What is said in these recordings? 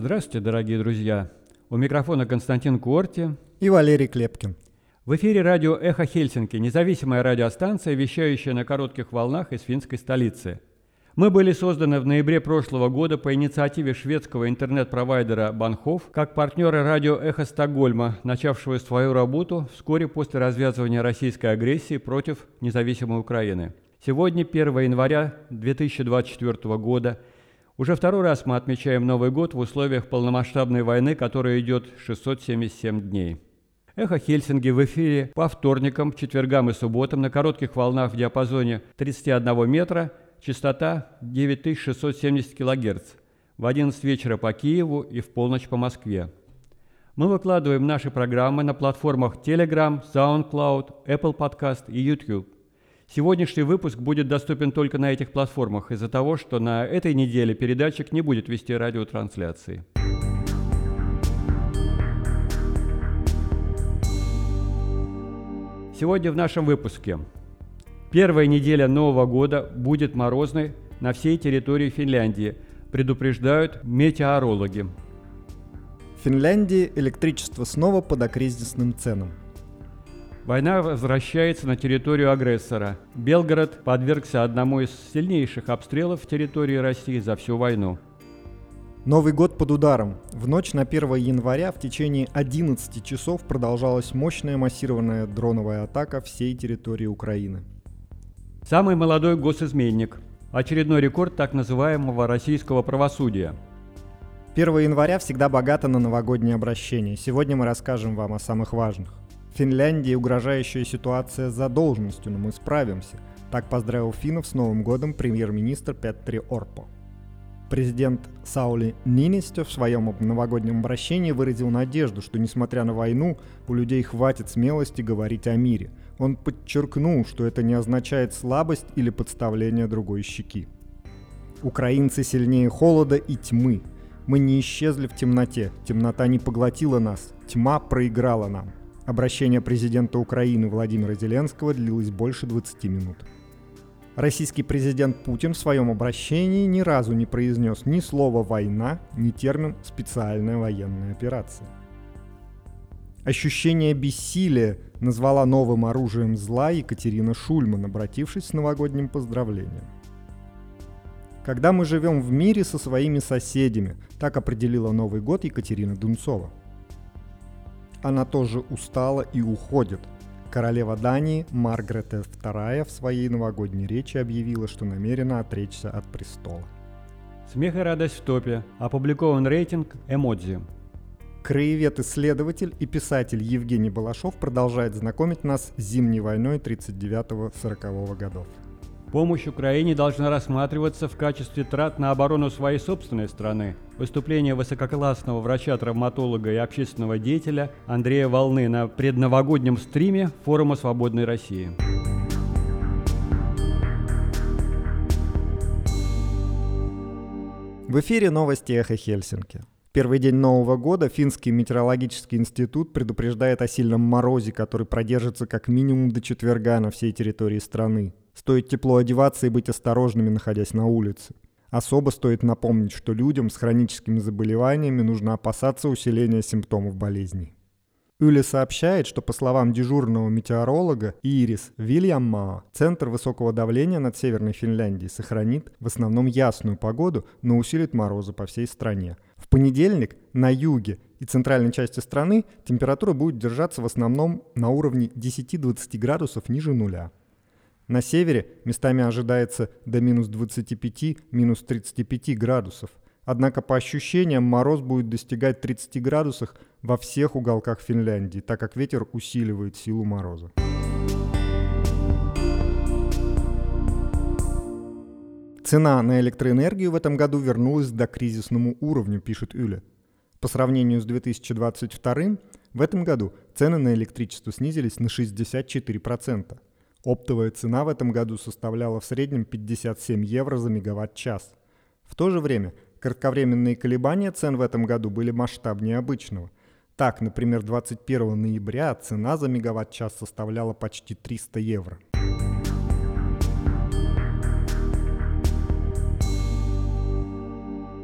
Здравствуйте, дорогие друзья! У микрофона Константин Куорти и Валерий Клепкин. В эфире радио «Эхо Хельсинки», независимая радиостанция, вещающая на коротких волнах из финской столицы. Мы были созданы в ноябре прошлого года по инициативе шведского интернет-провайдера Банхоф как партнеры радио «Эхо Стокгольма, начавшего свою работу вскоре после развязывания российской агрессии против независимой Украины. Сегодня, 1 января 2024 года, уже второй раз мы отмечаем Новый год в условиях полномасштабной войны, которая идет 677 дней. «Эхо Хельсинки» в эфире по вторникам, четвергам и субботам на коротких волнах в диапазоне 31 метра, частота 9670 кГц, в 11 вечера по Киеву и в полночь по Москве. Мы выкладываем наши программы на платформах Telegram, SoundCloud, Apple Podcast и YouTube. Сегодняшний выпуск будет доступен только на этих платформах из-за того, что на этой неделе передатчик не будет вести радиотрансляции. Сегодня в нашем выпуске. Первая неделя Нового года будет морозной на всей территории Финляндии, предупреждают метеорологи. В Финляндии электричество снова по докризисным ценам. Война возвращается на территорию агрессора. Белгород подвергся одному из сильнейших обстрелов территории России за всю войну. Новый год под ударом. В ночь на 1 января в течение 11 часов продолжалась мощная массированная дроновая атака всей территории Украины. Самый молодой госизменник. Очередной рекорд так называемого российского правосудия. 1 января всегда богато на новогодние обращения. Сегодня мы расскажем вам о самых важных. В Финляндии угрожающая ситуация с задолженностью, но мы справимся. Так поздравил финнов с Новым годом премьер-министр Петри Орпо. Президент Саули Ниинистё в своем новогоднем обращении выразил надежду, что, несмотря на войну, у людей хватит смелости говорить о мире. Он подчеркнул, что это не означает слабость или подставление другой щеки. «Украинцы сильнее холода и тьмы. Мы не исчезли в темноте. Темнота не поглотила нас. Тьма проиграла нам». Обращение президента Украины Владимира Зеленского длилось больше 20 минут. Российский президент Путин в своем обращении ни разу не произнес ни слова «война», ни термин «специальная военная операция». Ощущение бессилия назвала новым оружием зла Екатерина Шульман, обратившись с новогодним поздравлением. «Когда мы живем в мире со своими соседями», так определила Новый год Екатерина Дунцова. Она тоже устала и уходит. Королева Дании Маргрете II в своей новогодней речи объявила, что намерена отречься от престола. Смех и радость в топе. Опубликован рейтинг «Эмодзи». Краевед-исследователь и писатель Евгений Балашов продолжает знакомить нас с зимней войной 39-40 годов. Помощь Украине должна рассматриваться в качестве трат на оборону своей собственной страны. Выступление высококлассного врача-травматолога и общественного деятеля Андрея Волны на предновогоднем стриме Форума Свободной России. В эфире новости «Эхо Хельсинки». Первый день Нового года Финский метеорологический институт предупреждает о сильном морозе, который продержится как минимум до четверга на всей территории страны. Стоит тепло одеваться и быть осторожными, находясь на улице. Особо стоит напомнить, что людям с хроническими заболеваниями нужно опасаться усиления симптомов болезней. Yle сообщает, что по словам дежурного метеоролога Ирис Вильяммаа, центр высокого давления над Северной Финляндией сохранит в основном ясную погоду, но усилит морозы по всей стране. В понедельник на юге и центральной части страны температура будет держаться в основном на уровне 10-20 градусов ниже нуля. На севере местами ожидается до минус 25, минус 35 градусов. Однако по ощущениям мороз будет достигать 30 градусов во всех уголках Финляндии, так как ветер усиливает силу мороза. Цена на электроэнергию в этом году вернулась к докризисному уровню, пишет Yle. По сравнению с 2022 в этом году цены на электричество снизились на 64%. Оптовая цена в этом году составляла в среднем 57 евро за мегаватт-час. В то же время кратковременные колебания цен в этом году были масштабнее обычного. Так, например, 21 ноября цена за мегаватт-час составляла почти 300 евро.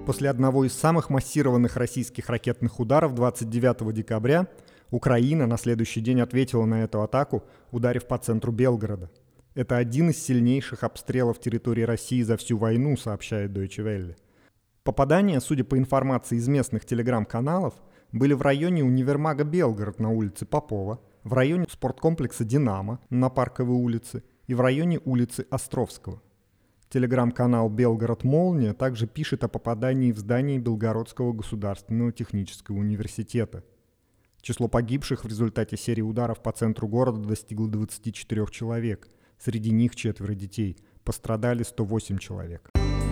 После одного из самых массированных российских ракетных ударов 29 декабря Украина на следующий день ответила на эту атаку, ударив по центру Белгорода. Это один из сильнейших обстрелов территории России за всю войну, сообщает Deutsche Welle. Попадания, судя по информации из местных телеграм-каналов, были в районе универмага «Белгород» на улице Попова, в районе спорткомплекса «Динамо» на Парковой улице и в районе улицы Островского. Телеграм-канал «Белгород Молния» также пишет о попадании в здание Белгородского государственного технического университета. Число погибших в результате серии ударов по центру города достигло 24 человек. Среди них 4 детей. Пострадали 108 человек.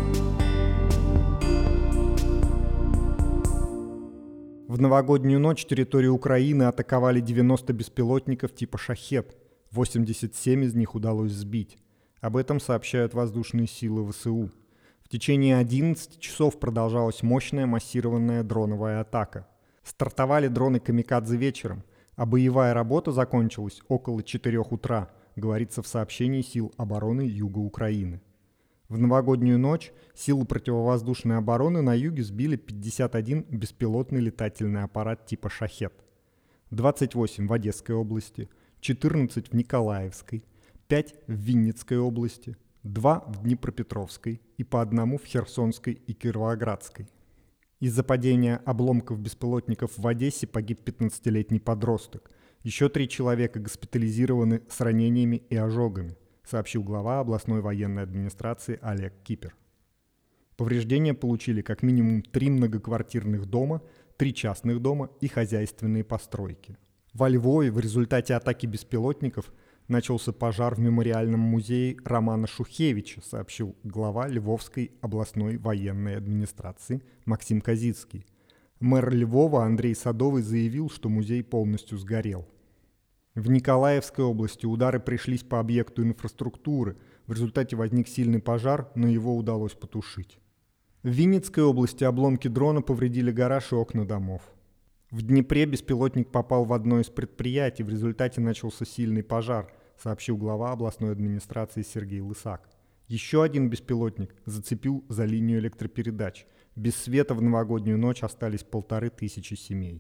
В новогоднюю ночь территорию Украины атаковали 90 беспилотников типа «Шахед». 87 из них удалось сбить. Об этом сообщают воздушные силы ВСУ. В течение 11 часов продолжалась мощная массированная дроновая атака. Стартовали дроны «Камикадзе» вечером, а боевая работа закончилась около 4 утра, говорится в сообщении сил обороны Юга Украины. В новогоднюю ночь силы противовоздушной обороны на юге сбили 51 беспилотный летательный аппарат типа «Шахед». 28 в Одесской области, 14 в Николаевской, 5 в Винницкой области, 2 в Днепропетровской и по одному в Херсонской и Кировоградской. Из-за падения обломков беспилотников в Одессе погиб 15-летний подросток. Еще 3 человека госпитализированы с ранениями и ожогами, сообщил глава областной военной администрации Олег Кипер. Повреждения получили как минимум 3 многоквартирных дома, 3 частных дома и хозяйственные постройки. Во Львове в результате атаки беспилотников начался пожар в мемориальном музее Романа Шухевича, сообщил глава Львовской областной военной администрации Максим Козицкий. Мэр Львова Андрей Садовый заявил, что музей полностью сгорел. В Николаевской области удары пришлись по объекту инфраструктуры. В результате возник сильный пожар, но его удалось потушить. В Винницкой области обломки дрона повредили гараж и окна домов. В Днепре беспилотник попал в одно из предприятий, в результате начался сильный пожар, сообщил глава областной администрации Сергей Лысак. Еще один беспилотник зацепил за линию электропередач. Без света в новогоднюю ночь остались 1500 семей.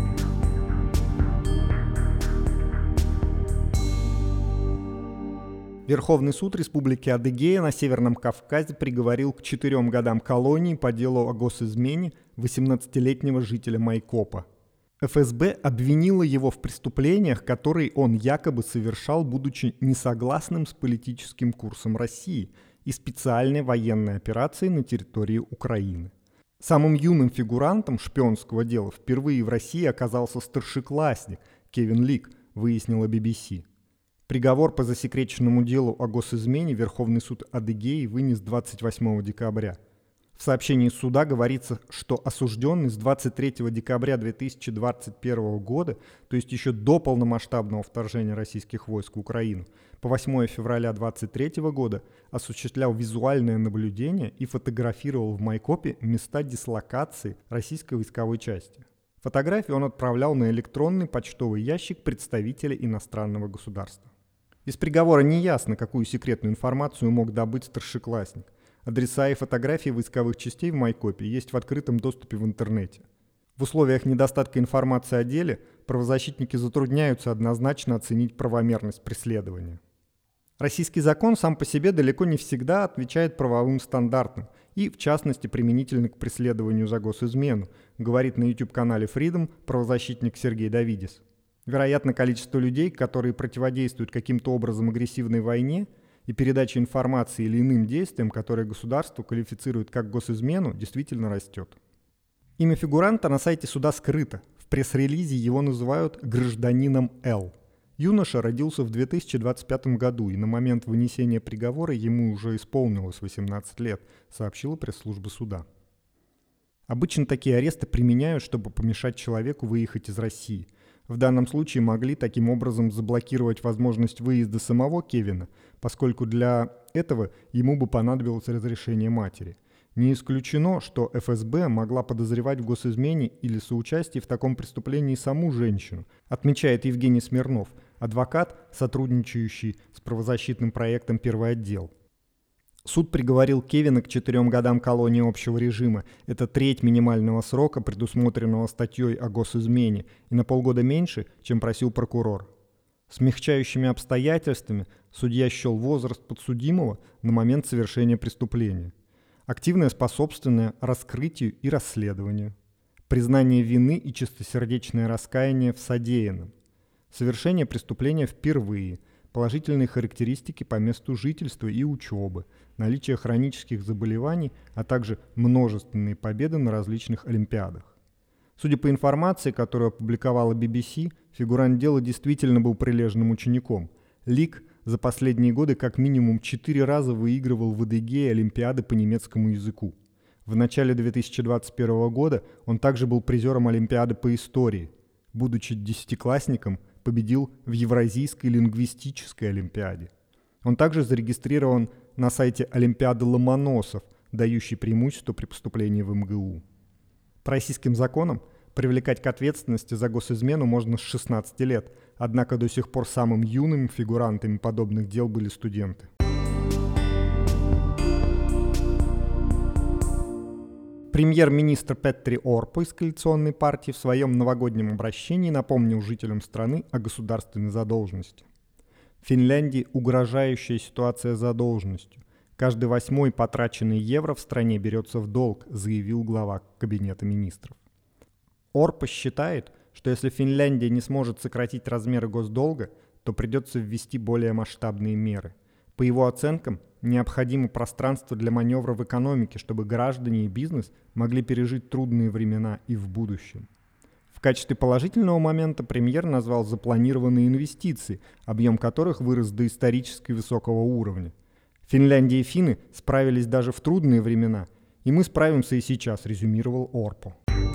Верховный суд Республики Адыгея на Северном Кавказе приговорил к 4 годам колонии по делу о госизмене 18-летнего жителя Майкопа. ФСБ обвинила его в преступлениях, которые он якобы совершал, будучи несогласным с политическим курсом России и специальной военной операцией на территории Украины. Самым юным фигурантом шпионского дела впервые в России оказался старшеклассник Кевин Лик, выяснила BBC. Приговор по засекреченному делу о госизмене Верховный суд Адыгеи вынес 28 декабря. В сообщении суда говорится, что осужденный с 23 декабря 2021 года, то есть еще до полномасштабного вторжения российских войск в Украину, по 8 февраля 2023 года осуществлял визуальное наблюдение и фотографировал в Майкопе места дислокации российской войсковой части. Фотографии он отправлял на электронный почтовый ящик представителя иностранного государства. Из приговора не ясно, какую секретную информацию мог добыть старшеклассник. Адреса и фотографии войсковых частей в Майкопе есть в открытом доступе в интернете. В условиях недостатка информации о деле правозащитники затрудняются однозначно оценить правомерность преследования. Российский закон сам по себе далеко не всегда отвечает правовым стандартам и, в частности, применительно к преследованию за госизмену, говорит на YouTube-канале Freedom правозащитник Сергей Давидис. Вероятно, количество людей, которые противодействуют каким-то образом агрессивной войне и передаче информации или иным действиям, которые государство квалифицирует как госизмену, действительно растет. Имя фигуранта на сайте суда скрыто. В пресс-релизе его называют «гражданином Л». Юноша родился в 2025 году, и на момент вынесения приговора ему уже исполнилось 18 лет, сообщила пресс-служба суда. Обычно такие аресты применяют, чтобы помешать человеку выехать из России. В данном случае могли таким образом заблокировать возможность выезда самого Кевина, поскольку для этого ему бы понадобилось разрешение матери. Не исключено, что ФСБ могла подозревать в госизмене или соучастии в таком преступлении саму женщину, отмечает Евгений Смирнов, адвокат, сотрудничающий с правозащитным проектом «Первый отдел». Суд приговорил Кевина к 4 годам колонии общего режима. Это треть минимального срока, предусмотренного статьей о госизмене, и на полгода меньше, чем просил прокурор. Смягчающими обстоятельствами судья счел возраст подсудимого на момент совершения преступления. Активное способствование раскрытию и расследованию. Признание вины и чистосердечное раскаяние в содеянном. Совершение преступления впервые. Положительные характеристики по месту жительства и учебы, наличие хронических заболеваний, а также множественные победы на различных олимпиадах. Судя по информации, которую опубликовала BBC, фигурант дела действительно был прилежным учеником. Лик за последние годы как минимум 4 раза выигрывал в ЭДГ олимпиады по немецкому языку. В начале 2021 года он также был призером олимпиады по истории. Будучи десятиклассником, победил в Евразийской лингвистической олимпиаде. Он также зарегистрирован на сайте Олимпиады Ломоносов, дающей преимущество при поступлении в МГУ. По российским законам привлекать к ответственности за госизмену можно с 16 лет, однако до сих пор самым юными фигурантами подобных дел были студенты. Премьер-министр Петтери Орпо из коалиционной партии в своем новогоднем обращении напомнил жителям страны о государственной задолженности. В Финляндии угрожающая ситуация с задолженностью. Каждый 8-й потраченный евро в стране берется в долг, заявил глава Кабинета министров. Орпо считает, что если Финляндия не сможет сократить размеры госдолга, то придется ввести более масштабные меры. По его оценкам, необходимо пространство для маневра в экономике, чтобы граждане и бизнес могли пережить трудные времена и в будущем. В качестве положительного момента премьер назвал запланированные инвестиции, объем которых вырос до исторически высокого уровня. Финляндия и финны справились даже в трудные времена, и мы справимся и сейчас, резюмировал Орпо.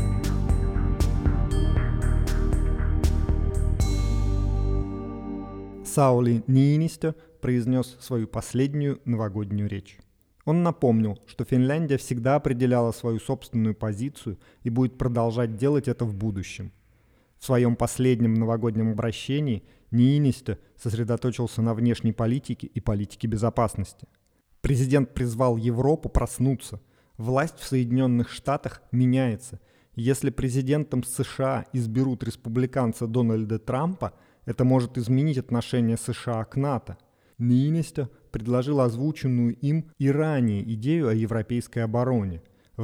Саули Ниинистö произнес свою последнюю новогоднюю речь. Он напомнил, что Финляндия всегда определяла свою собственную позицию и будет продолжать делать это в будущем. В своем последнем новогоднем обращении Ниинистö сосредоточился на внешней политике и политике безопасности. Президент призвал Европу проснуться. Власть в Соединенных Штатах меняется. Если президентом США изберут республиканца Дональда Трампа, это может изменить отношение США к НАТО. Ниинистö предложил озвученную им и ранее идею о европейской обороне. В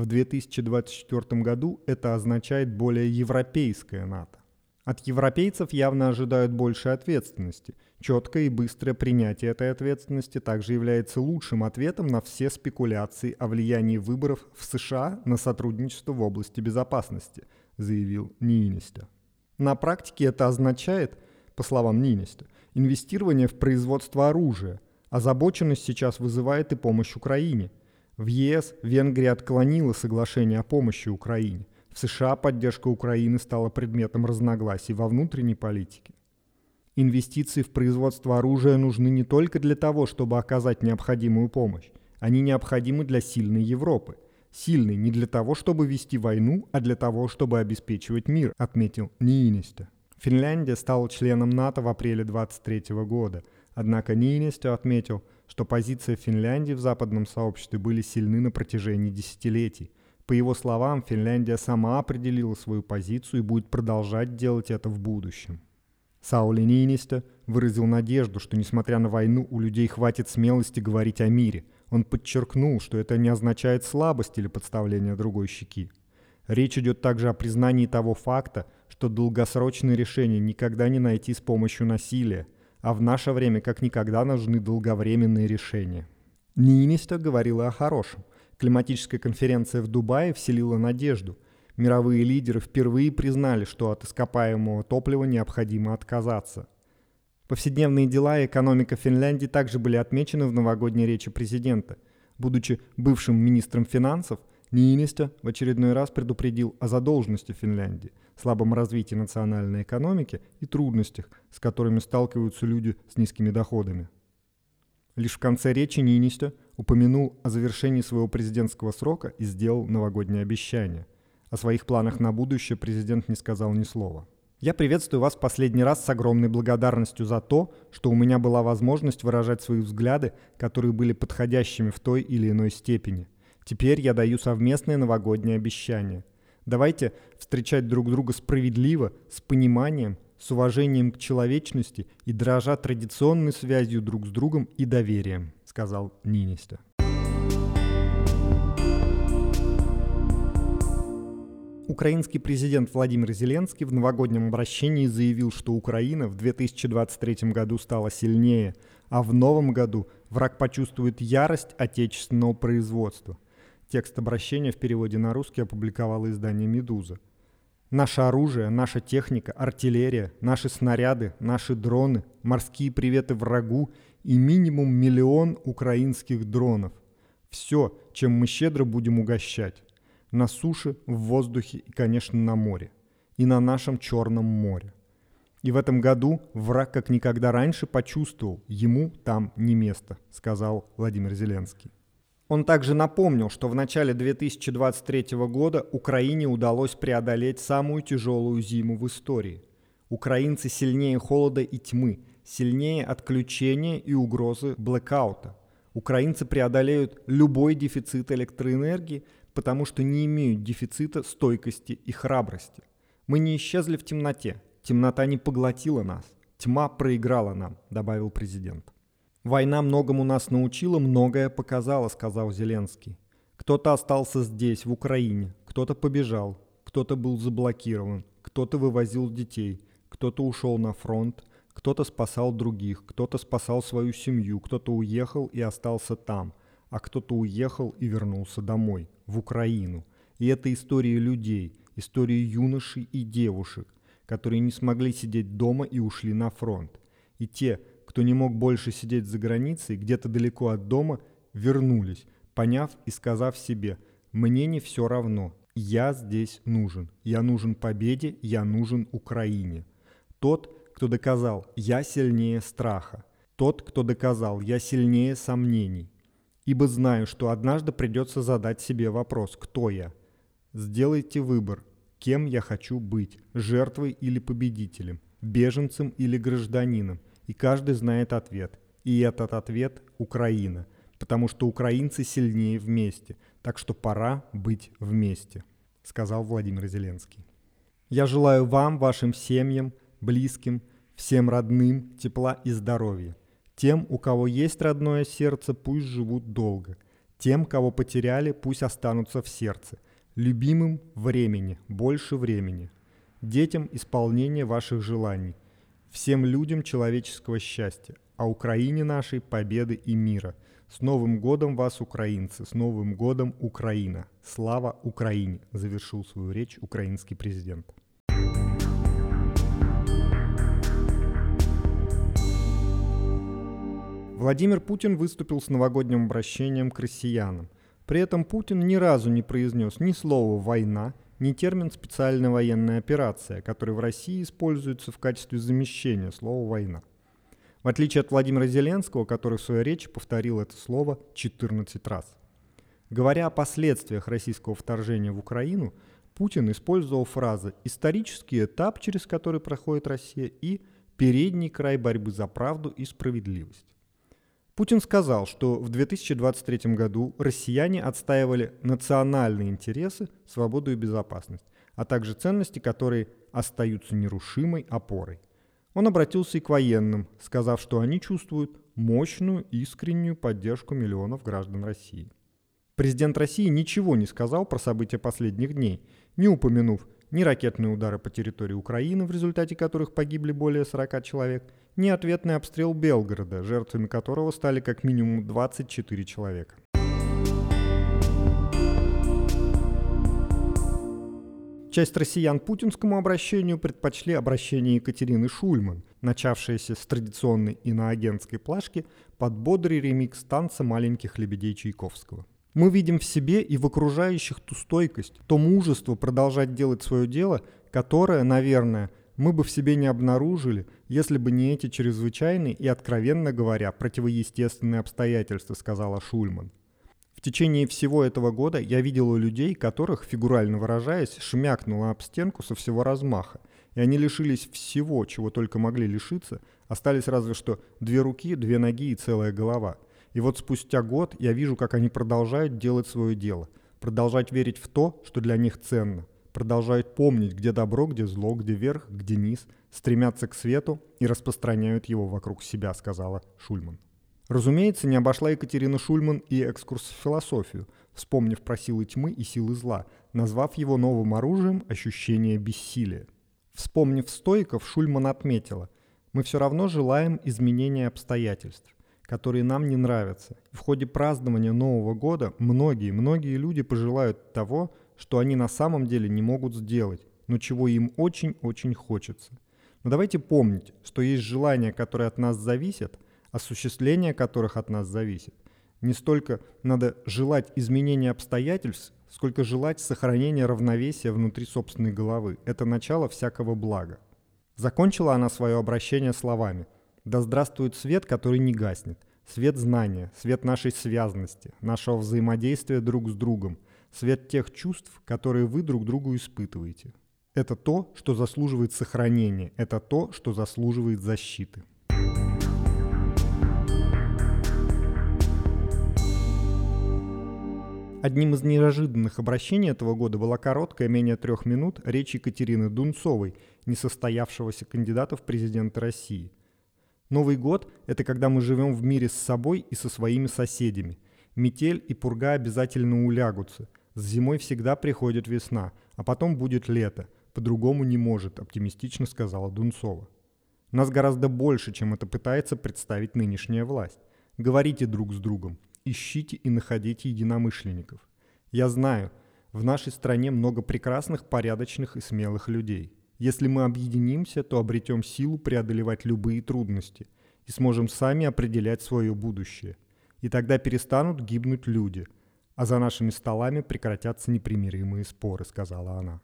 2024 году это означает более европейское НАТО. От европейцев явно ожидают большей ответственности. Четкое и быстрое принятие этой ответственности также является лучшим ответом на все спекуляции о влиянии выборов в США на сотрудничество в области безопасности, заявил Ниинистö. На практике это означает, по словам Ниинистö, инвестирование в производство оружия. Озабоченность сейчас вызывает и помощь Украине. В ЕС Венгрия отклонила соглашение о помощи Украине. В США поддержка Украины стала предметом разногласий во внутренней политике. Инвестиции в производство оружия нужны не только для того, чтобы оказать необходимую помощь. Они необходимы для сильной Европы. Сильной не для того, чтобы вести войну, а для того, чтобы обеспечивать мир, отметил Ниинистö. Финляндия стала членом НАТО в апреле 2023 года, однако Ниинистö отметил, что позиции Финляндии в западном сообществе были сильны на протяжении десятилетий. По его словам, Финляндия сама определила свою позицию и будет продолжать делать это в будущем. Саули Ниинистö выразил надежду, что, несмотря на войну, у людей хватит смелости говорить о мире. Он подчеркнул, что это не означает слабость или подставление другой щеки. Речь идет также о признании того факта, что долгосрочные решения никогда не найти с помощью насилия, а в наше время как никогда нужны долговременные решения. Ниинистö говорила о хорошем. Климатическая конференция в Дубае вселила надежду. Мировые лидеры впервые признали, что от ископаемого топлива необходимо отказаться. Повседневные дела и экономика Финляндии также были отмечены в новогодней речи президента. Будучи бывшим министром финансов, Ниинистö в очередной раз предупредил о задолженности Финляндии, слабом развитии национальной экономики и трудностях, с которыми сталкиваются люди с низкими доходами. Лишь в конце речи Ниинистö упомянул о завершении своего президентского срока и сделал новогоднее обещание. О своих планах на будущее президент не сказал ни слова. Я приветствую вас в последний раз с огромной благодарностью за то, что у меня была возможность выражать свои взгляды, которые были подходящими в той или иной степени. Теперь я даю совместное новогоднее обещание. Давайте встречать друг друга справедливо, с пониманием, с уважением к человечности и дорожа традиционной связью друг с другом и доверием, сказал Ниинистö. Украинский президент Владимир Зеленский в новогоднем обращении заявил, что Украина в 2023 году стала сильнее, а в новом году враг почувствует ярость отечественного производства. Текст обращения в переводе на русский опубликовало издание «Медуза». Наше оружие, наша техника, артиллерия, наши снаряды, наши дроны, морские приветы врагу и минимум 1 миллион украинских дронов. Все, чем мы щедро будем угощать. На суше, в воздухе и, конечно, на море. И на нашем Черном море. И в этом году враг как никогда раньше почувствовал, ему там не место, сказал Владимир Зеленский. Он также напомнил, что в начале 2023 года Украине удалось преодолеть самую тяжелую зиму в истории. Украинцы сильнее холода и тьмы, сильнее отключения и угрозы блэкаута. Украинцы преодолеют любой дефицит электроэнергии, потому что не имеют дефицита стойкости и храбрости. Мы не исчезли в темноте, темнота не поглотила нас, тьма проиграла нам, добавил президент. «Война многому нас научила, многое показала», — сказал Зеленский. «Кто-то остался здесь, в Украине, кто-то побежал, кто-то был заблокирован, кто-то вывозил детей, кто-то ушел на фронт, кто-то спасал других, кто-то спасал свою семью, кто-то уехал и остался там, а кто-то уехал и вернулся домой, в Украину. И это истории людей, истории юношей и девушек, которые не смогли сидеть дома и ушли на фронт. И те, кто не мог больше сидеть за границей, где-то далеко от дома, вернулись, поняв и сказав себе: «Мне не все равно, я здесь нужен, я нужен победе, я нужен Украине». Тот, кто доказал: «Я сильнее страха», тот, кто доказал: «Я сильнее сомнений». Ибо знаю, что однажды придется задать себе вопрос: кто я? Сделайте выбор, кем я хочу быть, жертвой или победителем, беженцем или гражданином. И каждый знает ответ. И этот ответ – Украина. Потому что украинцы сильнее вместе. Так что пора быть вместе, сказал Владимир Зеленский. Я желаю вам, вашим семьям, близким, всем родным тепла и здоровья. Тем, у кого есть родное сердце, пусть живут долго. Тем, кого потеряли, пусть останутся в сердце. Любимым времени, больше времени. Детям исполнение ваших желаний. Всем людям человеческого счастья, а Украине нашей победы и мира. С Новым годом вас, украинцы! С Новым годом, Украина! Слава Украине! Завершил свою речь украинский президент. Владимир Путин выступил с новогодним обращением к россиянам. При этом Путин ни разу не произнес ни слова «война», ни термин «специальная военная операция», который в России используется в качестве замещения слова «война». В отличие от Владимира Зеленского, который в своей речи повторил это слово 14 раз. Говоря о последствиях российского вторжения в Украину, Путин использовал фразы «исторический этап, через который проходит Россия» и «передний край борьбы за правду и справедливость». Путин сказал, что в 2023 году россияне отстаивали национальные интересы, свободу и безопасность, а также ценности, которые остаются нерушимой опорой. Он обратился и к военным, сказав, что они чувствуют мощную, искреннюю поддержку миллионов граждан России. Президент России ничего не сказал про события последних дней, не упомянув ни ракетные удары по территории Украины, в результате которых погибли более 40 человек, ни ответный обстрел Белгорода, жертвами которого стали как минимум 24 человека. Часть россиян путинскому обращению предпочли обращение Екатерины Шульман, начавшееся с традиционной иноагентской плашки под бодрый ремикс танца «Маленьких лебедей» Чайковского. Мы видим в себе и в окружающих ту стойкость, то мужество продолжать делать свое дело, которое, наверное, мы бы в себе не обнаружили, если бы не эти чрезвычайные и, откровенно говоря, противоестественные обстоятельства, сказала Шульман. В течение всего этого года я видела людей, которых, фигурально выражаясь, шмякнуло об стенку со всего размаха, и они лишились всего, чего только могли лишиться, остались разве что 2 руки, 2 ноги и целая голова. И вот спустя год я вижу, как они продолжают делать свое дело, продолжать верить в то, что для них ценно, продолжают помнить, где добро, где зло, где верх, где низ, стремятся к свету и распространяют его вокруг себя, сказала Шульман. Разумеется, не обошла Екатерина Шульман и экскурс в философию, вспомнив про силы тьмы и силы зла, назвав его новым оружием ощущение бессилия. Вспомнив стоиков, Шульман отметила: «Мы все равно желаем изменения обстоятельств, которые нам не нравятся. В ходе празднования Нового года многие люди пожелают того, что они на самом деле не могут сделать, но чего им очень-очень хочется. Но давайте помнить, что есть желания, которые от нас зависят, осуществление которых от нас зависит. Не столько надо желать изменения обстоятельств, сколько желать сохранения равновесия внутри собственной головы. Это начало всякого блага». Закончила она свое обращение словами: «Да здравствует свет, который не гаснет, свет знания, свет нашей связности, нашего взаимодействия друг с другом, свет тех чувств, которые вы друг другу испытываете. Это то, что заслуживает сохранения, это то, что заслуживает защиты». Одним из неожиданных обращений этого года была короткая, менее 3 минут, речь Екатерины Дунцовой, несостоявшегося кандидата в президенты России. Новый год – это когда мы живем в мире с собой и со своими соседями. Метель и пурга обязательно улягутся. С зимой всегда приходит весна, а потом будет лето. По-другому не может, оптимистично сказала Дунцова. Нас гораздо больше, чем это пытается представить нынешняя власть. Говорите друг с другом. Ищите и находите единомышленников. Я знаю, в нашей стране много прекрасных, порядочных и смелых людей. Если мы объединимся, то обретем силу преодолевать любые трудности и сможем сами определять свое будущее. И тогда перестанут гибнуть люди, а за нашими столами прекратятся непримиримые споры, сказала она.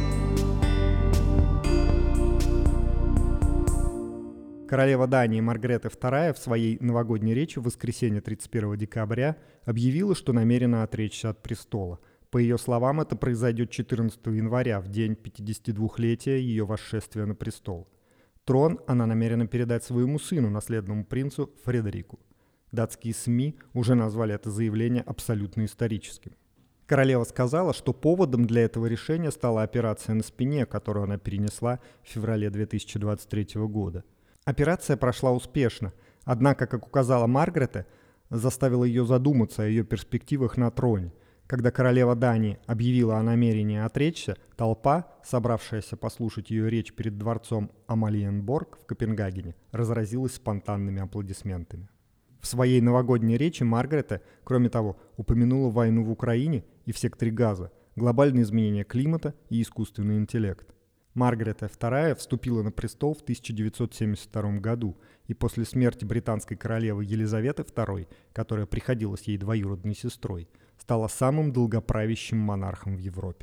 Королева Дании Маргрете II в своей новогодней речи в воскресенье 31 декабря объявила, что намерена отречься от престола. По ее словам, это произойдет 14 января, в день 52-летия ее восшествия на престол. Трон она намерена передать своему сыну, наследному принцу Фредерику. Датские СМИ уже назвали это заявление абсолютно историческим. Королева сказала, что поводом для этого решения стала операция на спине, которую она перенесла в феврале 2023 года. Операция прошла успешно, однако, как указала Маргрете, заставила ее задуматься о ее перспективах на троне. Когда королева Дании объявила о намерении отречься, толпа, собравшаяся послушать ее речь перед дворцом Амалиенборг в Копенгагене, разразилась спонтанными аплодисментами. В своей новогодней речи Маргрете, кроме того, упомянула войну в Украине и в секторе Газа, глобальные изменения климата и искусственный интеллект. Маргрете II вступила на престол в 1972 году, и после смерти британской королевы Елизаветы II, которая приходилась ей двоюродной сестрой, стала самым долгоправящим монархом в Европе.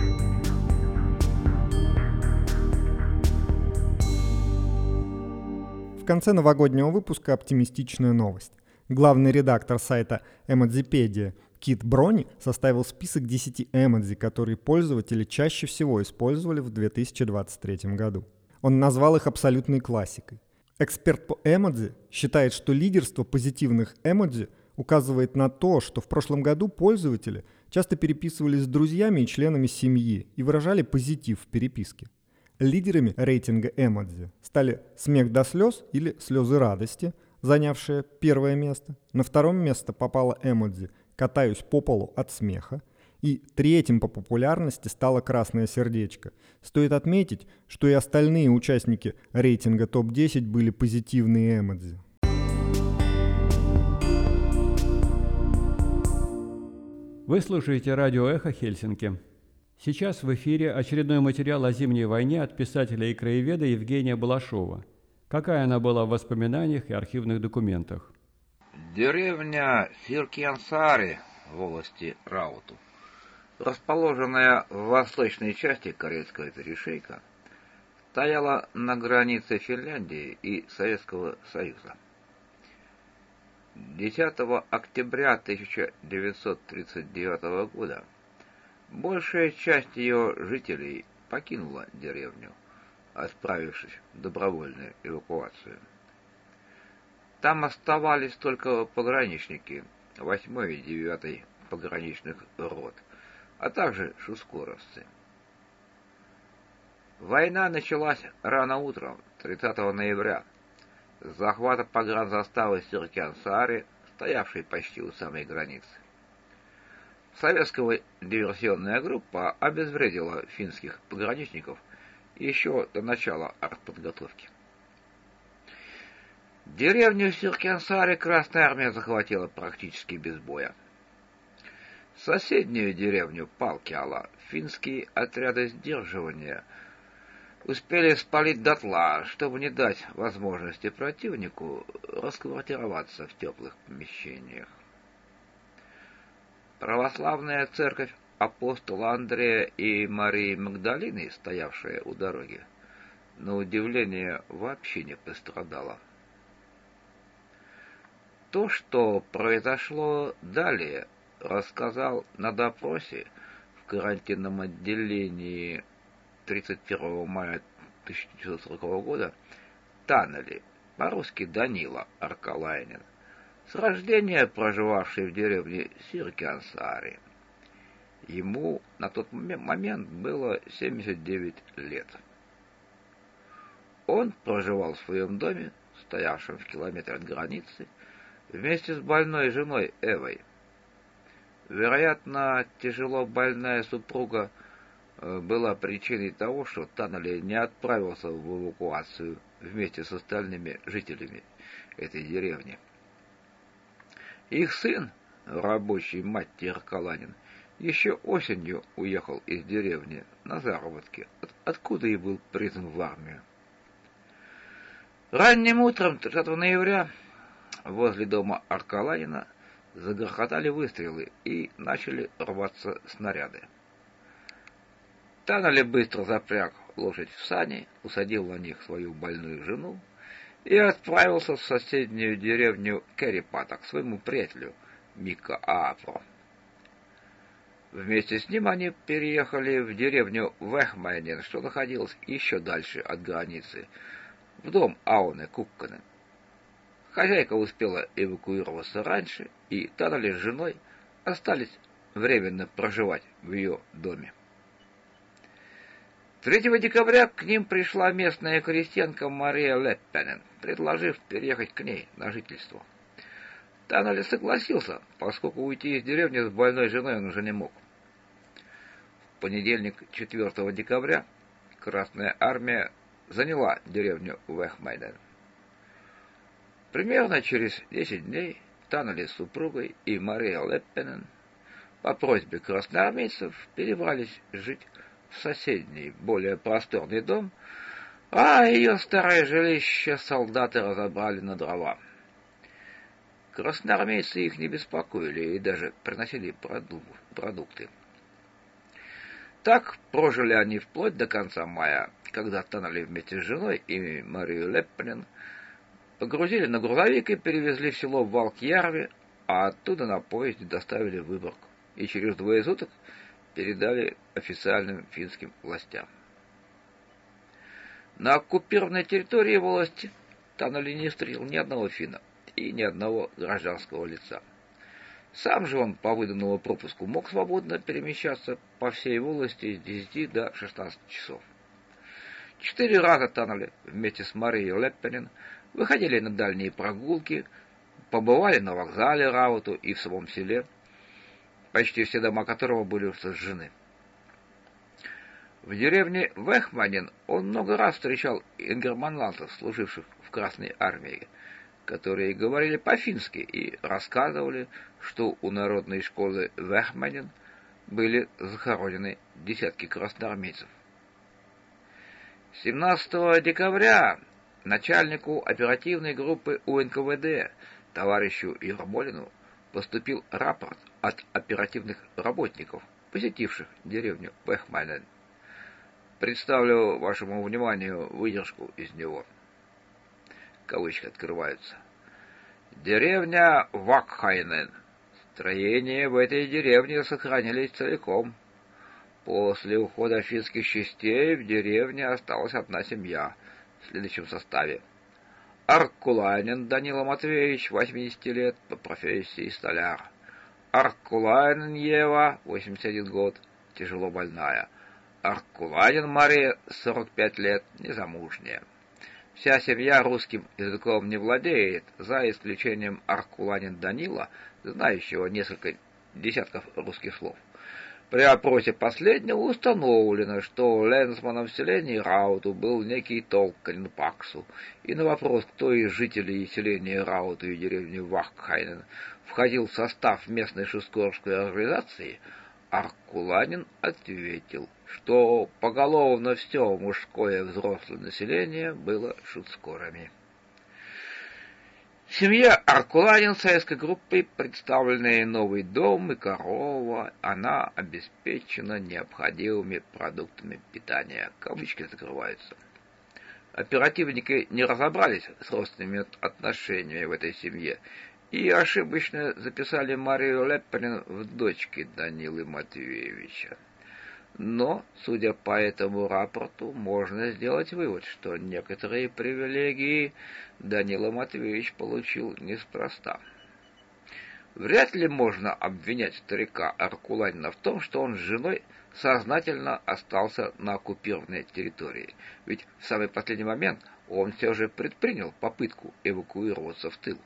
В конце новогоднего выпуска оптимистичная новость. Главный редактор сайта Эмодзипедия Кит Брони составил список 10 эмодзи, которые пользователи чаще всего использовали в 2023 году. Он назвал их абсолютной классикой. Эксперт по эмодзи считает, что лидерство позитивных эмодзи указывает на то, что в прошлом году пользователи часто переписывались с друзьями и членами семьи и выражали позитив в переписке. Лидерами рейтинга эмодзи стали смех до слез или слезы радости, занявшие первое место. На втором место попала эмодзи «Катаюсь по полу от смеха». И третьим по популярности стало красное сердечко. Стоит отметить, что и остальные участники рейтинга ТОП-10 были позитивные эмодзи. Вы слушаете радио «Эхо Хельсинки». Сейчас в эфире очередной материал о Зимней войне от писателя и краеведа Евгения Балашова. Какая она была в воспоминаниях и архивных документах? Деревня Фиркьянсаари в волости Рауту, расположенная в восточной части Карельского перешейка, стояла на границе Финляндии и Советского Союза. 10 октября 1939 года большая часть ее жителей покинула деревню, отправившись в добровольную эвакуацию. Там оставались только пограничники 8-й и 9-й пограничных рот, а также шускуровцы. Война началась рано утром, 30 ноября, с захвата погранзаставы Сиркян-Сааре, стоявшей почти у самой границы. Советская диверсионная группа обезвредила финских пограничников еще до начала артподготовки. Деревню Сиркян-Сааре Красная Армия захватила практически без боя. Соседнюю деревню Палкиала финские отряды сдерживания успели спалить дотла, чтобы не дать возможности противнику расквартироваться в теплых помещениях. Православная церковь апостола Андрея и Марии Магдалины, стоявшая у дороги, на удивление вообще не пострадала. То, что произошло далее, рассказал на допросе в карантинном отделении 31 мая 1940 года Таннели, по-русски Данила Аркалайнин, с рождения проживавший в деревне Сиркян-Сааре. Ему на тот момент было 79 лет. Он проживал в своем доме, стоявшем в километре от границы, вместе с больной женой Эвой. Вероятно, тяжело больная супруга была причиной того, что Таннели не отправился в эвакуацию вместе с остальными жителями этой деревни. Их сын, рабочий Матти Аркаланин, еще осенью уехал из деревни на заработки, откуда и был призван в армию. Ранним утром 30 ноября возле дома Аркаланина загрохотали выстрелы и начали рваться снаряды. Таннели быстро запряг лошадь в сани, усадил на них свою больную жену и отправился в соседнюю деревню Керипата к своему приятелю Мика Аапро. Вместе с ним они переехали в деревню Вехмайнен, что находилась еще дальше от границы, в дом Ауне Кукканен. Хозяйка успела эвакуироваться раньше, и Таннели с женой остались временно проживать в ее доме. 3 декабря к ним пришла местная крестьянка Мария Леппенен, предложив переехать к ней на жительство. Таннели согласился, поскольку уйти из деревни с больной женой он уже не мог. В понедельник, 4 декабря, Красная Армия заняла деревню Вехмайнен. Примерно через 10 дней Таннели с супругой и Мария Леппенен по просьбе красноармейцев перебрались жить в соседний, более просторный дом, а ее старое жилище солдаты разобрали на дрова. Красноармейцы их не беспокоили и даже приносили продукты. Так прожили они вплоть до конца мая, когда Таннели вместе с женой и Марию Леппенен погрузили на грузовик и перевезли в село Валкьярви, а оттуда на поезде доставили в Выборг и через 2 суток передали официальным финским властям. На оккупированной территории волости Таннели не встретил ни одного финна и ни одного гражданского лица. Сам же он по выданному пропуску мог свободно перемещаться по всей волости с 10 до 16 часов. 4 раза Таннели вместе с Марией Леппенен выходили на дальние прогулки, побывали на вокзале Рауту и в самом селе, почти все дома которого были сожжены. В деревне Вехманен он много раз встречал ингерманландцев, служивших в Красной Армии, которые говорили по-фински и рассказывали, что у народной школы Вехманен были захоронены десятки красноармейцев. 17 декабря начальнику оперативной группы УНКВД товарищу Ермолину поступил рапорт от оперативных работников, посетивших деревню Вехмайнен. Представлю вашему вниманию выдержку из него. Кавычки открываются. Деревня Вакхайнен. Строения в этой деревне сохранились целиком. После ухода финских частей в деревне осталась одна семья в следующем составе. Аркуланин Данила Матвеевич, 80 лет, по профессии столяр. Аркуланин Ева, 81 год, тяжело больная. Аркуланин Мария, 45 лет, незамужняя. Вся семья русским языком не владеет, за исключением Аркуланин Данила, знающего несколько десятков русских слов. При опросе последнего установлено, что ленсманом в селении Рауту был некий Толкканин Паксу, и на вопрос, кто из жителей селения Рауту и деревни Ваххайнен входил в состав местной шускорской организации, Аркуланин ответил, что поголовно все мужское взрослое население было шускорами. Семья Аркуланин советской группой, представленная новый дом и корова, она обеспечена необходимыми продуктами питания. Кавычки закрываются. Оперативники не разобрались с родственными отношениями в этой семье и ошибочно записали Марию Леппинин в дочки Данилы Матвеевича. Но, судя по этому рапорту, можно сделать вывод, что некоторые привилегии Данила Матвеевич получил неспроста. Вряд ли можно обвинять старика Аркуланина в том, что он с женой сознательно остался на оккупированной территории, ведь в самый последний момент он все же предпринял попытку эвакуироваться в тыл.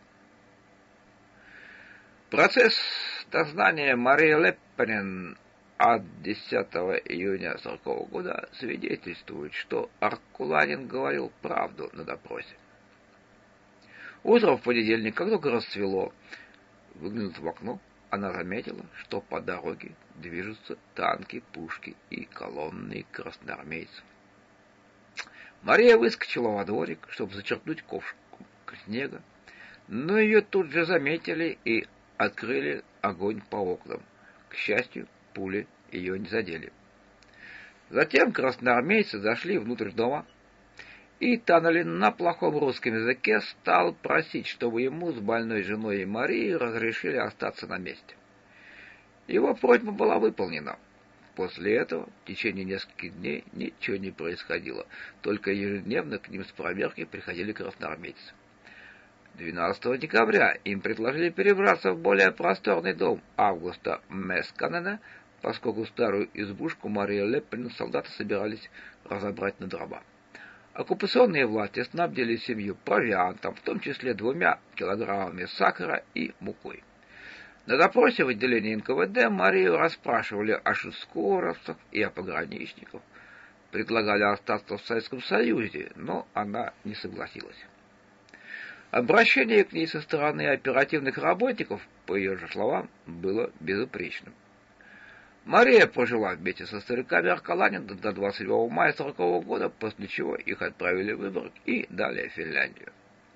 Процесс дознания Марии Леппинин от 10 июня 1940 года свидетельствует, что Аркуланин говорил правду на допросе. Утром в понедельник, как только рассвело, выглянув в окно, она заметила, что по дороге движутся танки, пушки и колонны красноармейцев. Мария выскочила во дворик, чтобы зачерпнуть ковшиком снега, но ее тут же заметили и открыли огонь по окнам. К счастью, пули ее не задели. Затем красноармейцы зашли внутрь дома, и Таннелин на плохом русском языке стал просить, чтобы ему с больной женой и Марией разрешили остаться на месте. Его просьба была выполнена. После этого в течение нескольких дней ничего не происходило, только ежедневно к ним с проверкой приходили красноармейцы. 12 декабря им предложили перебраться в более просторный дом Августа Месканена, поскольку старую избушку Марии Леппинин солдаты собирались разобрать на дрова. Оккупационные власти снабдили семью провиантом, в том числе 2 килограммами сахара и мукой. На допросе в отделении НКВД Марию расспрашивали о шускоровцах и о пограничниках. Предлагали остаться в Советском Союзе, но она не согласилась. Обращение к ней со стороны оперативных работников, по ее же словам, было безупречным. Мария прожила вместе со стариками Аркуланина до 27 мая 1940 года, после чего их отправили в Выборг и далее в Финляндию.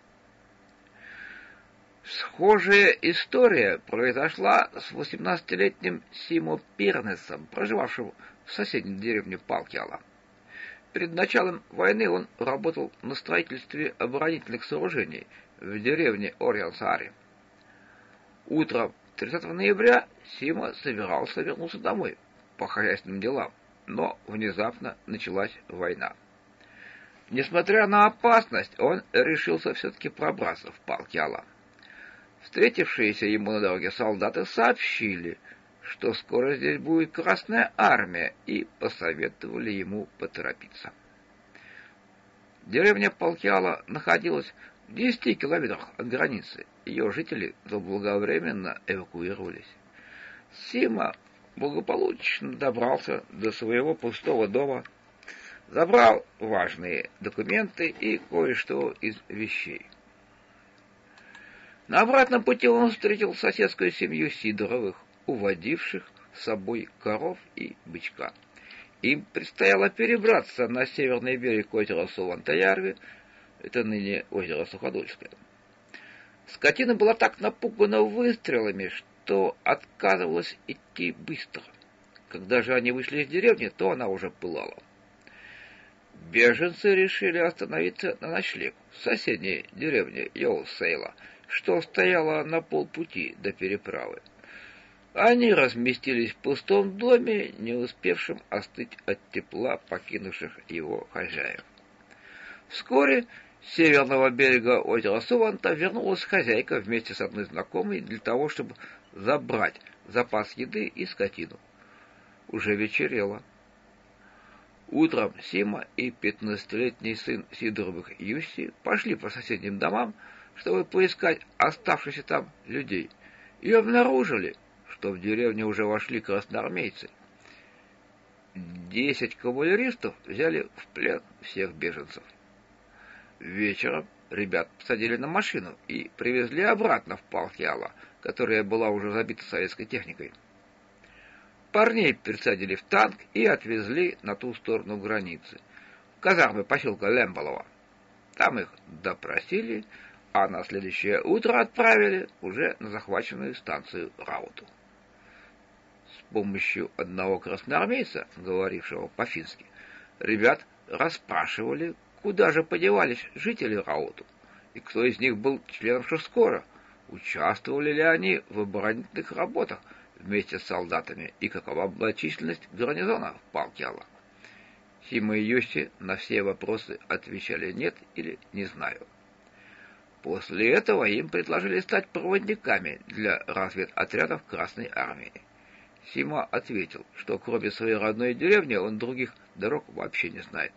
Схожая история произошла с 18-летним Симо Пирнесом, проживавшим в соседней деревне Палкиала. Перед началом войны он работал на строительстве оборонительных сооружений в деревне Орьянсаари. Утром 30 ноября Сима собирался вернуться домой по хозяйственным делам, но внезапно началась война. Несмотря на опасность, он решился все-таки пробраться в Палкиала. Встретившиеся ему на дороге солдаты сообщили, что скоро здесь будет Красная Армия, и посоветовали ему поторопиться. Деревня Палкиала находилась в 10 километрах от границы. Ее жители заблаговременно эвакуировались. Сима благополучно добрался до своего пустого дома, забрал важные документы и кое-что из вещей. На обратном пути он встретил соседскую семью Сидоровых, уводивших с собой коров и бычка. Им предстояло перебраться на северный берег озера Сувантаярви, это ныне озеро Суходольское. Скотина была так напугана выстрелами, что отказывалась идти быстро. Когда же они вышли из деревни, то она уже пылала. Беженцы решили остановиться на ночлег в соседней деревне Йоусейла, что стояла на полпути до переправы. Они разместились в пустом доме, не успевшем остыть от тепла покинувших его хозяев. Вскоре с северного берега озера Суванта вернулась хозяйка вместе с одной знакомой для того, чтобы забрать запас еды и скотину. Уже вечерело. Утром Сима и 15-летний сын Сидоровых Юсси пошли по соседним домам, чтобы поискать оставшихся там людей, и обнаружили, что в деревню уже вошли красноармейцы. 10 кавалеристов взяли в плен всех беженцев. Вечером ребят посадили на машину и привезли обратно в Палхиала, которая была уже забита советской техникой. Парней пересадили в танк и отвезли на ту сторону границы, в казармы поселка Лемболова. Там их допросили, а на следующее утро отправили уже на захваченную станцию Рауту. С помощью одного красноармейца, говорившего по-фински, ребят расспрашивали, куда же подевались жители Рауту, и кто из них был членом Шускора, участвовали ли они в оборонительных работах вместе с солдатами и какова была численность гарнизона в Палкиала. Сима и Юсси на все вопросы отвечали «нет» или «не знаю». После этого им предложили стать проводниками для разведотрядов Красной Армии. Сима ответил, что кроме своей родной деревни он других дорог вообще не знает.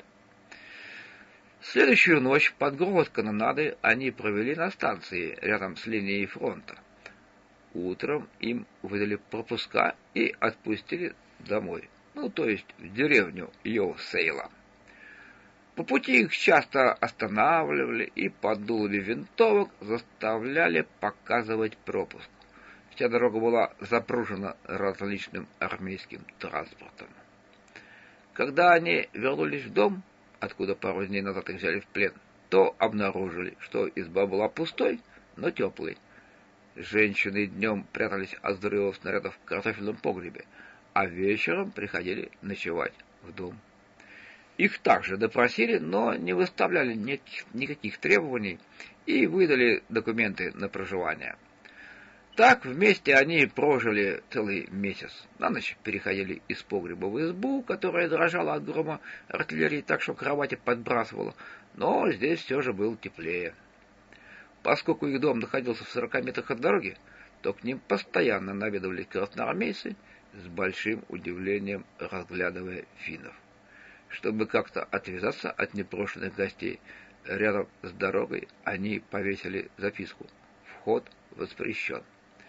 Следующую ночь под грохот канонады они провели на станции рядом с линией фронта. Утром им выдали пропуска и отпустили домой, то есть в деревню Йоусейла. По пути их часто останавливали и под дулами винтовок заставляли показывать пропуск. Вся дорога была запружена различным армейским транспортом. Когда они вернулись в дом, откуда пару дней назад их взяли в плен, то обнаружили, что изба была пустой, но теплой. Женщины днем прятались от взрывов снарядов в картофельном погребе, а вечером приходили ночевать в дом. Их также допросили, но не выставляли никаких требований и выдали документы на проживание. Так вместе они прожили целый месяц. На ночь переходили из погреба в избу, которая дрожала от грома артиллерии, так что кровати подбрасывала, но здесь все же было теплее. Поскольку их дом находился в 40 метрах от дороги, то к ним постоянно наведывались красноармейцы, с большим удивлением разглядывая финнов. Чтобы как-то отвязаться от непрошенных гостей, рядом с дорогой они повесили записку «Вход воспрещен».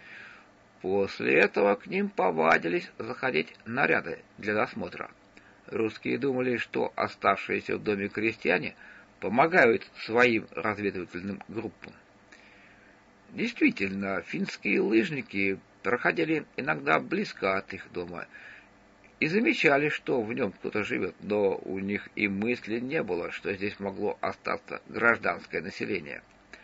После этого к ним повадились заходить наряды для досмотра. Русские думали, что оставшиеся в доме крестьяне помогают своим разведывательным группам. Действительно, финские лыжники проходили иногда близко от их дома и замечали, что в нем кто-то живет, но у них и мысли не было, что здесь могло остаться гражданское население.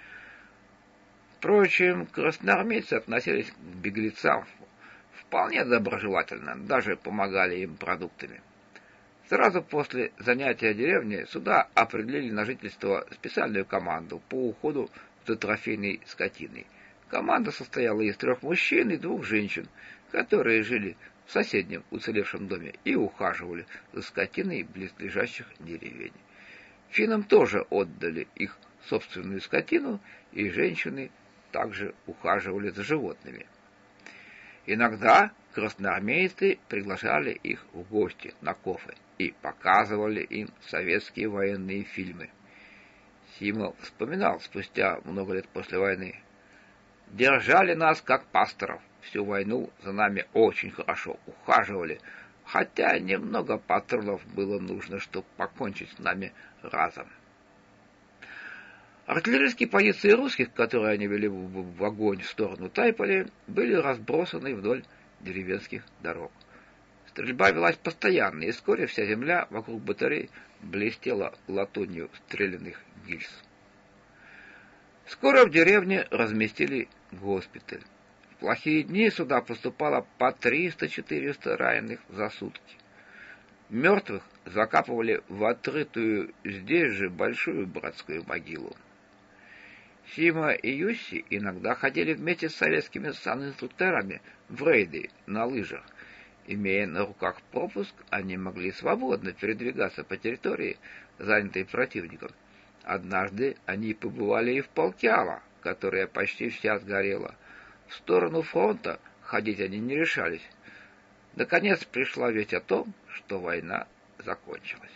Впрочем, красноармейцы относились к беглецам вполне доброжелательно, даже помогали им продуктами. Сразу после занятия деревни сюда определили на жительство специальную команду по уходу за трофейной скотиной. Команда состояла из 3 мужчин и 2 женщин, которые жили в соседнем уцелевшем доме и ухаживали за скотиной близлежащих деревень. Финнам тоже отдали их собственную скотину, и женщины также ухаживали за животными. Иногда красноармейцы приглашали их в гости на кофе и показывали им советские военные фильмы. Сима вспоминал спустя много лет после войны. «Держали нас как пасторов. Всю войну за нами очень хорошо ухаживали, хотя немного патронов было нужно, чтобы покончить с нами разом». Артиллерийские позиции русских, которые они вели в огонь в сторону Тайполи, были разбросаны вдоль деревенских дорог. Стрельба велась постоянно, и вскоре вся земля вокруг батарей блестела латунью стрелянных гильз. Скоро в деревне разместили госпиталь. В плохие дни сюда поступало по 300-400 раненых за сутки. Мертвых закапывали в открытую здесь же большую братскую могилу. Сима и Юсси иногда ходили вместе с советскими санинструкторами в рейды на лыжах. Имея на руках пропуск, они могли свободно передвигаться по территории, занятой противником. Однажды они побывали и в Полкяла, которая почти вся сгорела. В сторону фронта ходить они не решались. Наконец пришла весть о том, что война закончилась.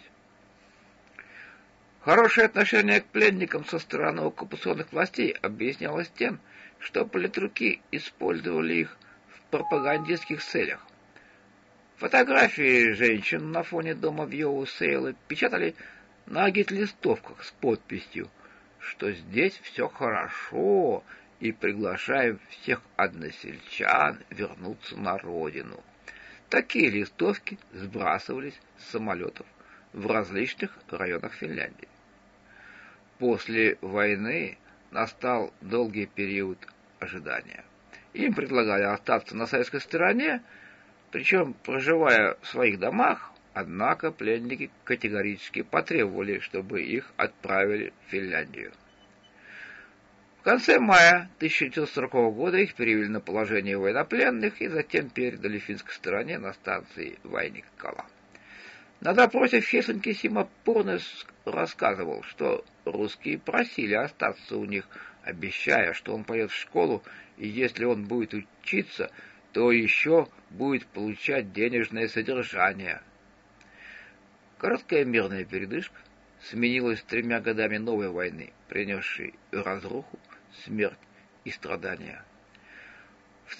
Хорошее отношение к пленникам со стороны оккупационных властей объяснялось тем, что политруки использовали их в пропагандистских целях. Фотографии женщин на фоне дома Вьоу-Сейлы печатали на агит-листовках с подписью, что здесь все хорошо и приглашаем всех односельчан вернуться на родину. Такие листовки сбрасывались с самолетов в различных районах Финляндии. После войны настал долгий период ожидания. Им предлагали остаться на советской стороне, причем проживая в своих домах, однако пленники категорически потребовали, чтобы их отправили в Финляндию. В конце мая 1940 года их перевели на положение военнопленных и затем передали финской стороне на станции Вайниккала. На допросе в Хельсинки Сима Пурнес рассказывал, что русские просили остаться у них, обещая, что он пойдет в школу, и если он будет учиться, то еще будет получать денежное содержание. Короткая мирная передышка сменилась 3 годами новой войны, принесшей разруху, смерть и страдания. В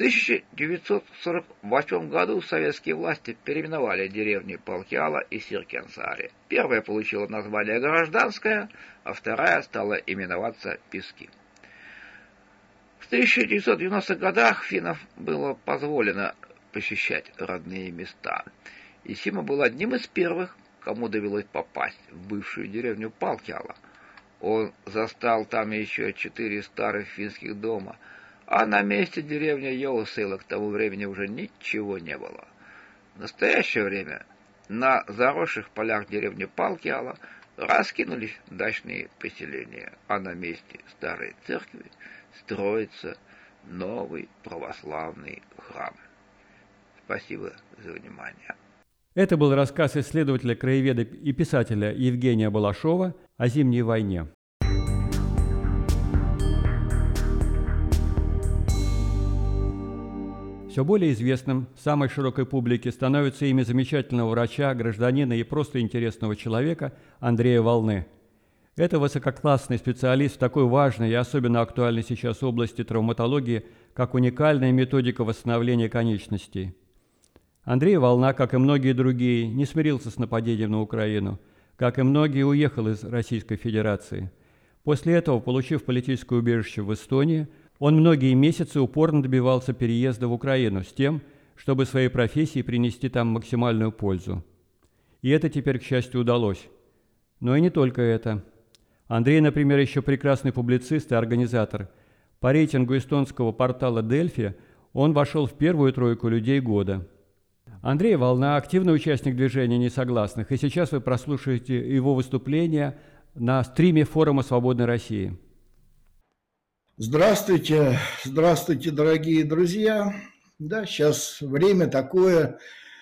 1948 году советские власти переименовали деревни Полкяла и Сиркенсааре. Первая получила название «Гражданская», а вторая стала именоваться «Пески». В 1990-х годах финнам было позволено посещать родные места, и Сима был одним из первых, кому довелось попасть в бывшую деревню Полкяла. Он застал там еще 4 старых финских дома, а на месте деревни Йоусейла к тому времени уже ничего не было. В настоящее время на заросших полях деревни Полкяла раскинулись дачные поселения, а на месте старой церкви строится новый православный храм. Спасибо за внимание. Это был рассказ исследователя-краеведа и писателя Евгения Балашова о Зимней войне. Все более известным самой широкой публике становится имя замечательного врача, гражданина и просто интересного человека Андрея Волны. Это высококлассный специалист в такой важной и особенно актуальной сейчас области травматологии, как уникальная методика восстановления конечностей. Андрей Волна, как и многие другие, не смирился с нападением на Украину, как и многие, уехал из Российской Федерации. После этого, получив политическое убежище в Эстонии, он многие месяцы упорно добивался переезда в Украину с тем, чтобы своей профессии принести там максимальную пользу. И это теперь, к счастью, удалось. Но и не только это. Андрей, например, еще прекрасный публицист и организатор. По рейтингу эстонского портала Delfi он вошел в первую тройку людей года. Андрей Волна – активный участник движения несогласных, и сейчас вы прослушаете его выступление на стриме форума «Свободной России». Здравствуйте, здравствуйте, дорогие друзья. Да, сейчас время такое,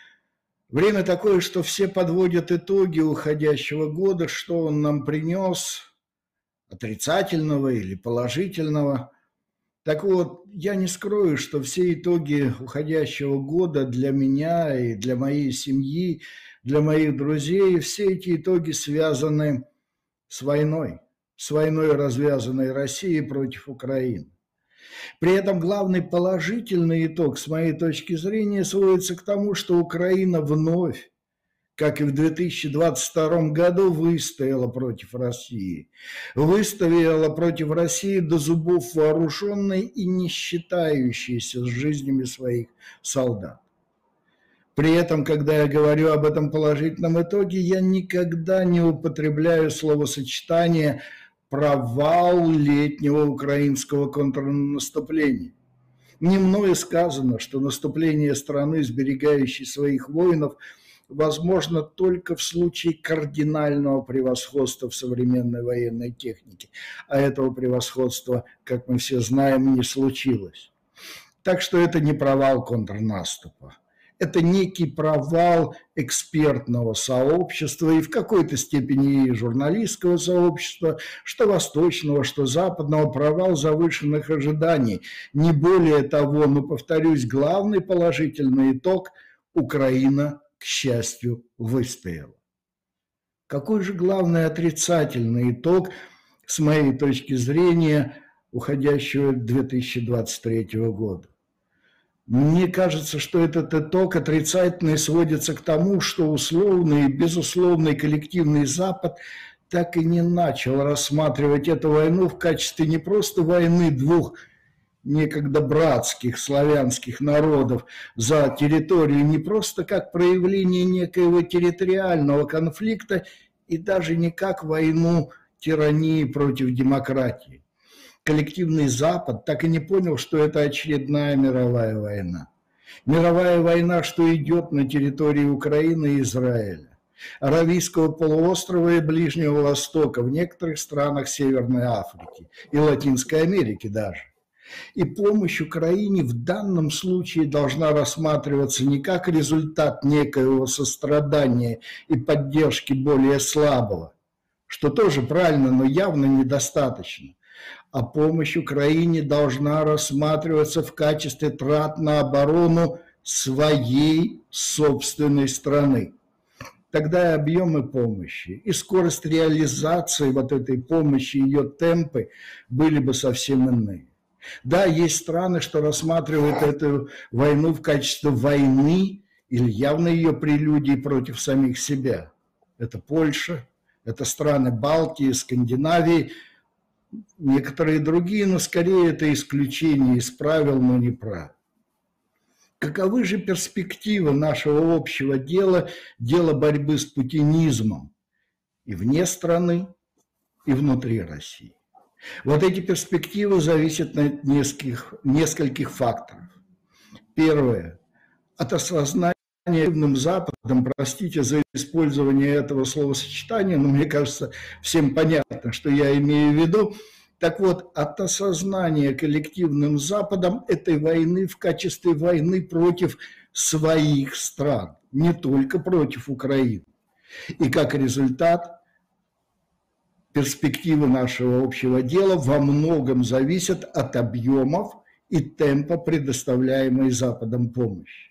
что все подводят итоги уходящего года, что он нам принес, отрицательного или положительного. Так вот, я не скрою, что все итоги уходящего года для меня и для моей семьи, для моих друзей, все эти итоги связаны с войной развязанной Россией против Украины. При этом главный положительный итог, с моей точки зрения, сводится к тому, что Украина вновь, как и в 2022 году, выстояла против России. Выстояла против России до зубов вооруженной и не считающейся с жизнями своих солдат. При этом, когда я говорю об этом положительном итоге, я никогда не употребляю словосочетание «провал летнего украинского контрнаступления». Не мною сказано, что наступление страны, сберегающей своих воинов, возможно только в случае кардинального превосходства в современной военной технике. А этого превосходства, как мы все знаем, не случилось. Так что это не провал контрнаступа. Это некий провал экспертного сообщества и в какой-то степени и журналистского сообщества, что восточного, что западного, провал завышенных ожиданий. Не более того, но, повторюсь, главный положительный итог – Украина, к счастью, выстояла. Какой же главный отрицательный итог, с моей точки зрения, уходящего 2023 года? Мне кажется, что этот итог отрицательный сводится к тому, что условный и безусловный коллективный Запад так и не начал рассматривать эту войну в качестве не просто войны двух некогда братских славянских народов за территорию, не просто как проявление некоего территориального конфликта и даже не как войну тирании против демократии. Коллективный Запад так и не понял, что это очередная мировая война. Мировая война, что идет на территории Украины и Израиля, Аравийского полуострова и Ближнего Востока, в некоторых странах Северной Африки и Латинской Америки даже. И помощь Украине в данном случае должна рассматриваться не как результат некоего сострадания и поддержки более слабого, что тоже правильно, но явно недостаточно. А помощь Украине должна рассматриваться в качестве трат на оборону своей собственной страны. Тогда и объемы помощи, и скорость реализации вот этой помощи, ее темпы были бы совсем иные. Да, есть страны, что рассматривают эту войну в качестве войны или явно ее прелюдии против самих себя. Это Польша, это страны Балтии, Скандинавии, некоторые другие, но скорее это исключение из правил, но не правил. Каковы же перспективы нашего общего дела, дела борьбы с путинизмом и вне страны, и внутри России? Вот эти перспективы зависят от нескольких факторов. Первое. От осознания коллективным Западом, простите за использование этого словосочетания, но мне кажется, всем понятно, что я имею в виду. Так вот, от осознания коллективным Западом этой войны в качестве войны против своих стран, не только против Украины. И как результат, перспективы нашего общего дела во многом зависят от объемов и темпа предоставляемой Западом помощи.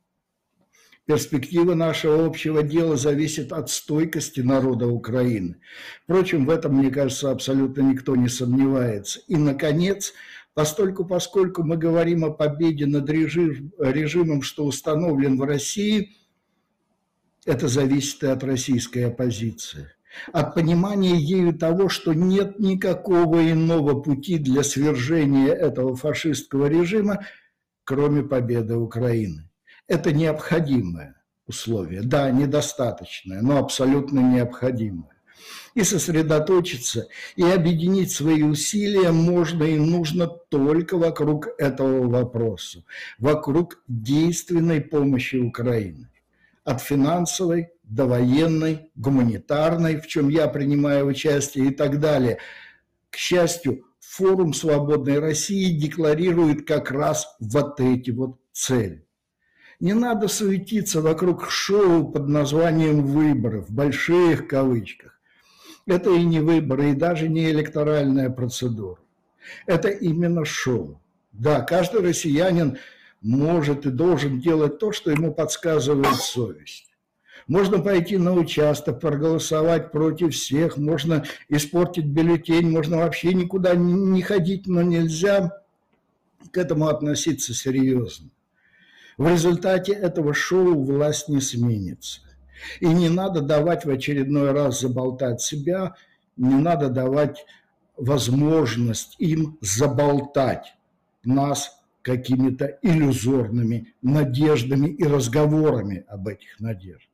Перспектива нашего общего дела зависит от стойкости народа Украины. Впрочем, в этом, мне кажется, абсолютно никто не сомневается. И, наконец, поскольку мы говорим о победе над режимом, что установлен в России, это зависит и от российской оппозиции. От понимания ею того, что нет никакого иного пути для свержения этого фашистского режима, кроме победы Украины. Это необходимое условие, да, недостаточное, но абсолютно необходимое. И сосредоточиться, и объединить свои усилия можно и нужно только вокруг этого вопроса, вокруг действенной помощи Украины. От финансовой до военной, гуманитарной, в чем я принимаю участие и так далее. К счастью, форум «Свободной России» декларирует как раз вот эти вот цели. Не надо суетиться вокруг шоу под названием «выборы», в больших кавычках. Это и не выборы, и даже не электоральная процедура. Это именно шоу. Да, каждый россиянин может и должен делать то, что ему подсказывает совесть. Можно пойти на участок, проголосовать против всех, можно испортить бюллетень, можно вообще никуда не ходить, но нельзя к этому относиться серьезно. В результате этого шоу власть не сменится. И не надо давать в очередной раз заболтать себя, не надо давать возможность им заболтать нас какими-то иллюзорными надеждами и разговорами об этих надеждах.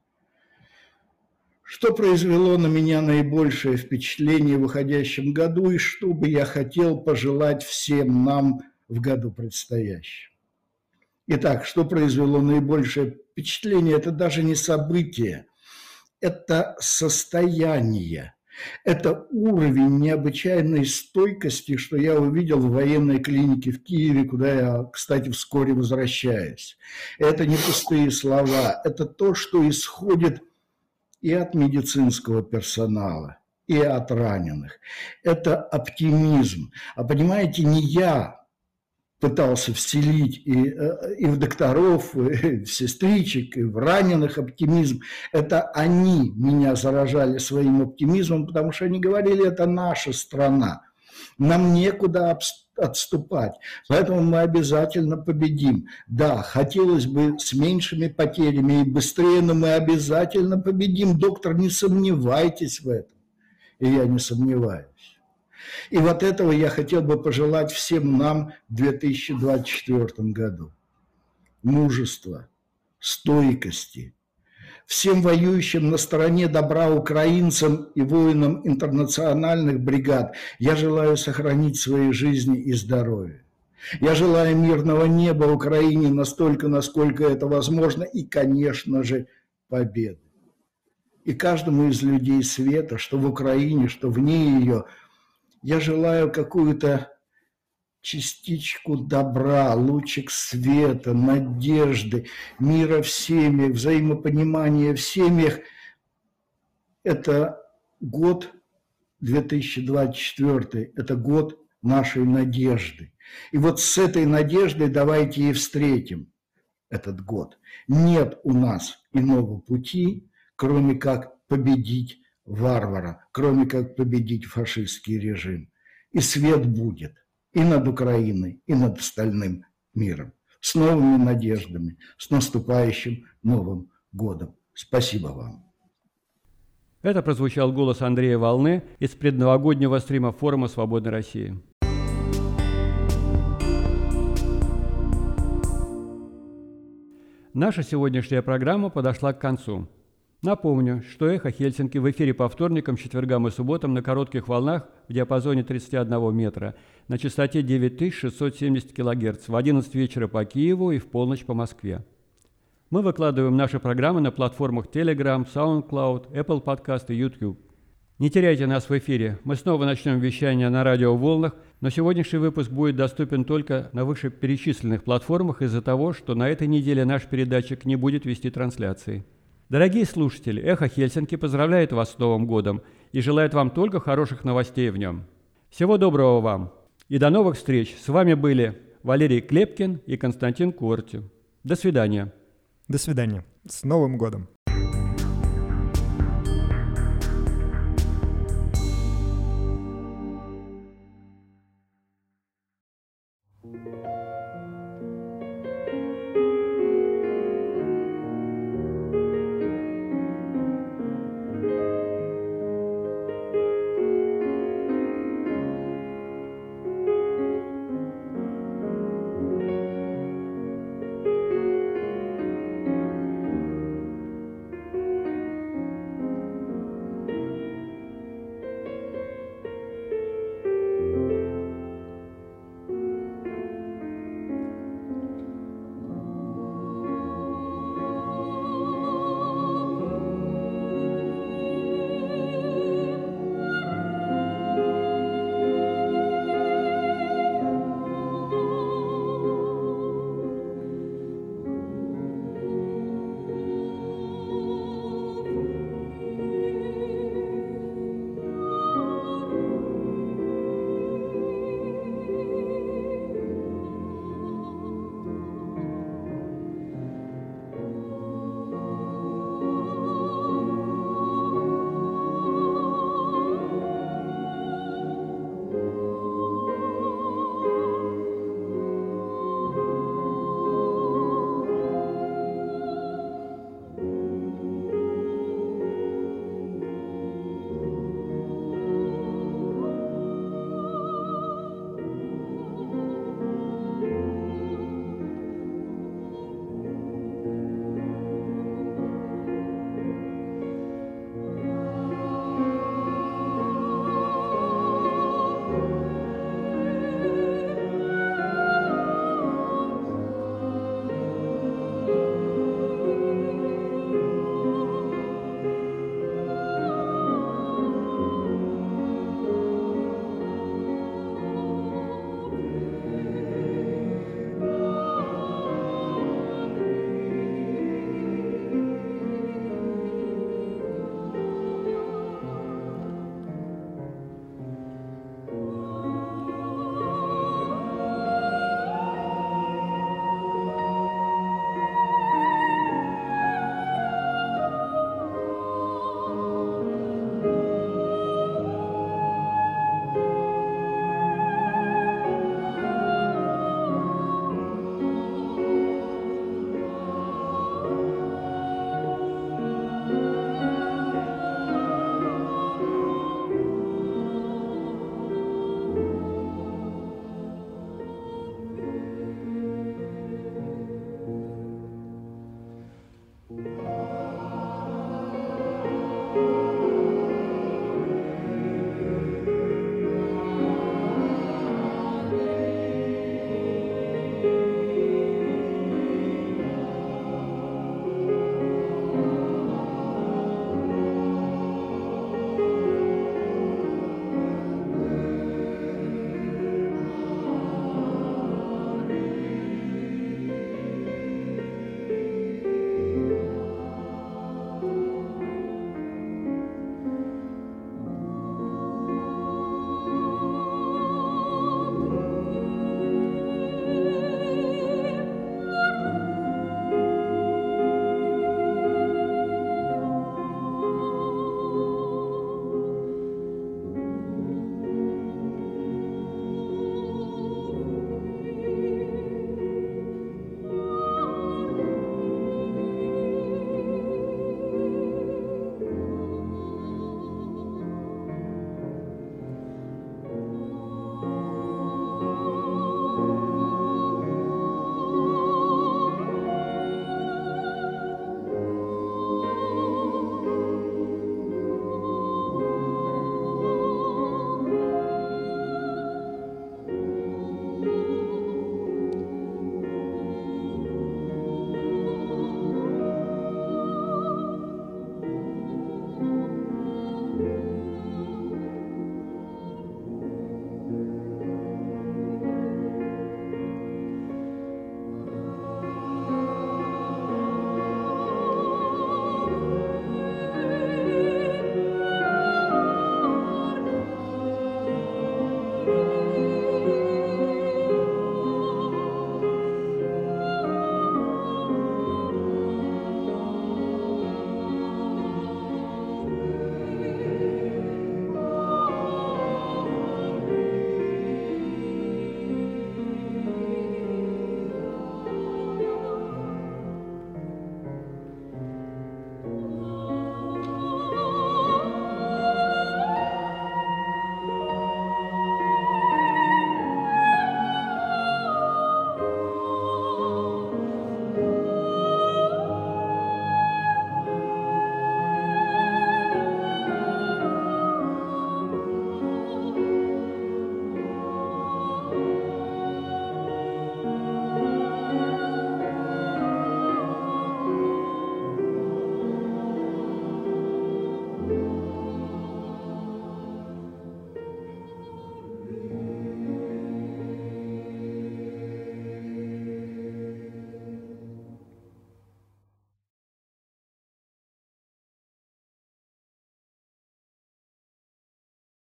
Что произвело на меня наибольшее впечатление в уходящем году и что бы я хотел пожелать всем нам в году предстоящем? Итак, что произвело наибольшее впечатление? Это даже не событие, это состояние. Это уровень необычайной стойкости, что я увидел в военной клинике в Киеве, куда я, кстати, вскоре возвращаюсь. Это не пустые слова, это то, что исходит и от медицинского персонала, и от раненых. Это оптимизм. А понимаете, не я пытался вселить и в докторов, и в сестричек, и в раненых оптимизм. Это они меня заражали своим оптимизмом, потому что они говорили, это наша страна. Нам некуда отступать, поэтому мы обязательно победим. Да, хотелось бы с меньшими потерями и быстрее, но мы обязательно победим. Доктор, не сомневайтесь в этом. И я не сомневаюсь. И вот этого я хотел бы пожелать всем нам в 2024 году. Мужества, стойкости. Всем воюющим на стороне добра украинцам и воинам интернациональных бригад я желаю сохранить свои жизни и здоровье. Я желаю мирного неба Украине настолько, насколько это возможно, и, конечно же, победы. И каждому из людей света, что в Украине, что вне ее, я желаю какую-то частичку добра, лучик света, надежды, мира в семьях, взаимопонимания в семьях. Это год 2024, это год нашей надежды. И вот с этой надеждой давайте и встретим этот год. Нет у нас иного пути, кроме как победить варвара, кроме как победить фашистский режим. И свет будет и над Украиной, и над остальным миром. С новыми надеждами, с наступающим Новым годом. Спасибо вам. Это прозвучал голос Андрея Волны из предновогоднего стрима форума «Свободной России». Наша сегодняшняя программа подошла к концу. Напомню, что «Эхо Хельсинки» в эфире по вторникам, четвергам и субботам на коротких волнах в диапазоне 31 метра на частоте 9670 кГц в 11 вечера по Киеву и в полночь по Москве. Мы выкладываем наши программы на платформах Telegram, SoundCloud, Apple Podcast и YouTube. Не теряйте нас в эфире. Мы снова начнем вещание на радиоволнах, но сегодняшний выпуск будет доступен только на вышеперечисленных платформах из-за того, что на этой неделе наш передатчик не будет вести трансляции. Дорогие слушатели, «Эхо Хельсинки» поздравляет вас с Новым годом и желает вам только хороших новостей в нем. Всего доброго вам и до новых встреч. С вами были Валерий Клепкин и Константин Корти. До свидания. До свидания. С Новым годом.